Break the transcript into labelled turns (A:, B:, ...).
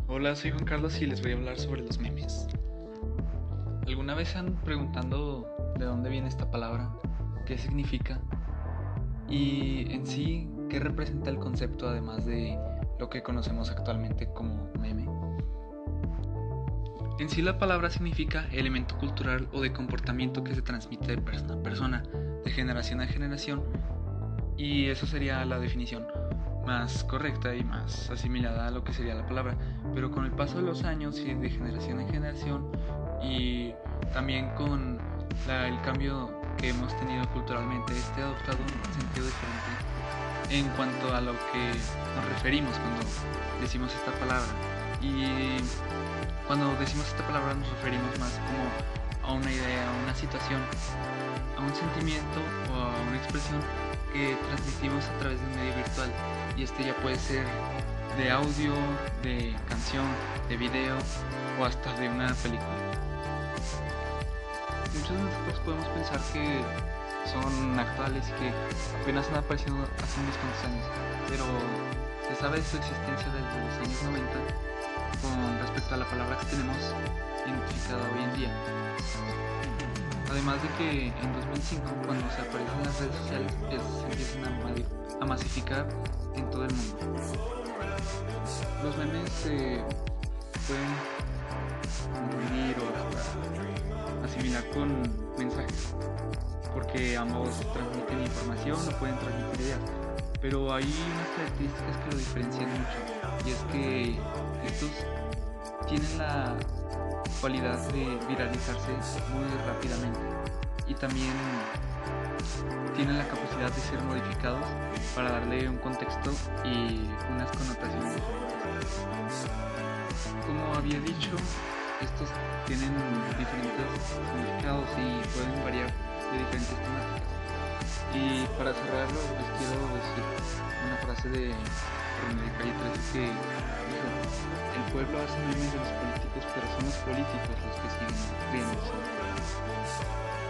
A: Hola, soy Juan Carlos y les voy a hablar sobre los memes. ¿Alguna vez se han preguntando de dónde viene esta palabra? ¿Qué significa? Y en sí, ¿qué representa el concepto además de lo que conocemos actualmente como meme? En sí la palabra significa elemento cultural o de comportamiento que se transmite de persona a persona, de generación a generación, y eso sería la definición más correcta y más asimilada a lo que sería la palabra, pero con el paso de los años y de generación en generación y también con el cambio que hemos tenido culturalmente, ha adoptado un sentido diferente en cuanto a lo que nos referimos cuando decimos esta palabra. Y cuando decimos esta palabra nos referimos más como a una idea, a una situación, a un sentimiento o a una expresión que transmitimos a través de un medio virtual, y este ya puede ser de audio, de canción, de video o hasta de una película. Muchos de nosotros podemos pensar que son actuales y que apenas han aparecido hace unos cuantos años, pero se sabe de su existencia desde los años 90 con respecto a la palabra que tenemos identificada hoy en día. Además de que en 2005, cuando se aparecen las redes sociales, se empiezan a masificar en todo el mundo. Los memes se pueden confundir o hasta asimilar con mensajes, porque ambos transmiten información o pueden transmitir ideas, pero hay unas características que lo diferencian mucho, y es que estos tienen la cualidad de viralizarse muy rápidamente y también tienen la capacidad de ser modificados para darle un contexto y unas connotaciones diferentes. Como había dicho, estos tienen diferentes significados y pueden variar de diferentes temáticas. Y para cerrarlo les quiero decir una frase de René de Calle 13 que dijo: el pueblo hace memes de los políticos, pero son los políticos los que siguen riéndose.